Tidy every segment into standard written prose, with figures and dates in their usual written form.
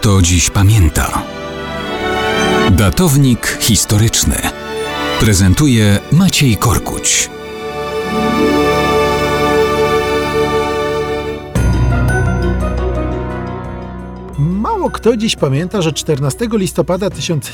kto dziś pamięta. Datownik historyczny prezentuje Maciej Korkuć. Mało kto dziś pamięta, że 14 listopada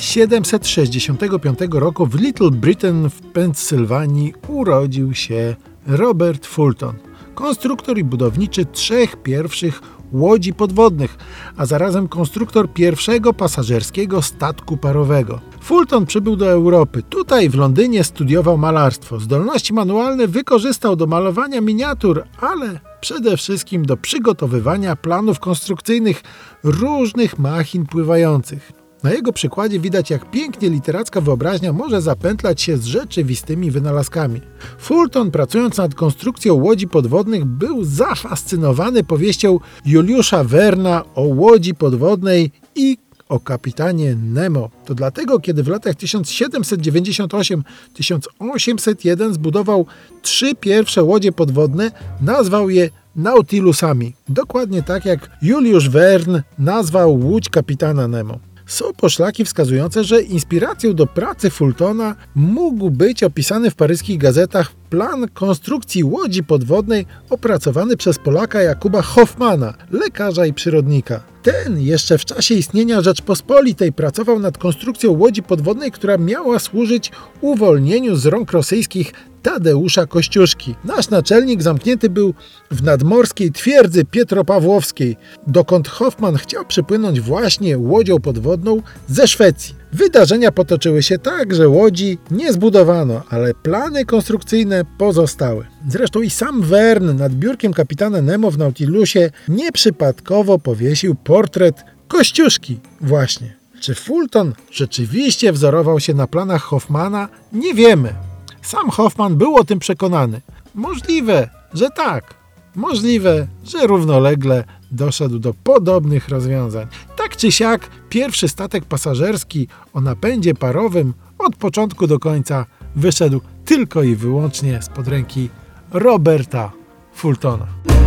1765 roku w Little Britain w Pennsylwanii urodził się Robert Fulton, konstruktor i budowniczy trzech pierwszych łodzi podwodnych, a zarazem konstruktor pierwszego pasażerskiego statku parowego. Fulton przybył do Europy. Tutaj w Londynie studiował malarstwo. Zdolności manualne wykorzystał do malowania miniatur, ale przede wszystkim do przygotowywania planów konstrukcyjnych różnych machin pływających. Na jego przykładzie widać, jak pięknie literacka wyobraźnia może zapętlać się z rzeczywistymi wynalazkami. Fulton, pracując nad konstrukcją łodzi podwodnych, był zafascynowany powieścią Juliusza Verna o łodzi podwodnej i o kapitanie Nemo. To dlatego, kiedy w latach 1798-1801 zbudował trzy pierwsze łodzie podwodne, nazwał je Nautilusami. Dokładnie tak jak Juliusz Verne nazwał łódź kapitana Nemo. Są poszlaki wskazujące, że inspiracją do pracy Fultona mógł być opisany w paryskich gazetach plan konstrukcji łodzi podwodnej opracowany przez Polaka Jakuba Hoffmana, lekarza i przyrodnika. Ten jeszcze w czasie istnienia Rzeczpospolitej pracował nad konstrukcją łodzi podwodnej, która miała służyć uwolnieniu z rąk rosyjskich Tadeusza Kościuszki. Nasz naczelnik zamknięty był w nadmorskiej twierdzy Pietropawłowskiej, dokąd Hoffman chciał przypłynąć właśnie łodzią podwodną ze Szwecji. Wydarzenia potoczyły się tak, że łodzi nie zbudowano, ale plany konstrukcyjne pozostały. Zresztą i sam Verne nad biurkiem kapitana Nemo w Nautilusie nieprzypadkowo powiesił portret Kościuszki właśnie. Czy Fulton rzeczywiście wzorował się na planach Hoffmana? Nie wiemy. Sam Hoffman był o tym przekonany. Możliwe, że tak. Możliwe, że równolegle doszedł do podobnych rozwiązań. Tak czy siak, pierwszy statek pasażerski o napędzie parowym od początku do końca wyszedł tylko i wyłącznie spod ręki Roberta Fultona.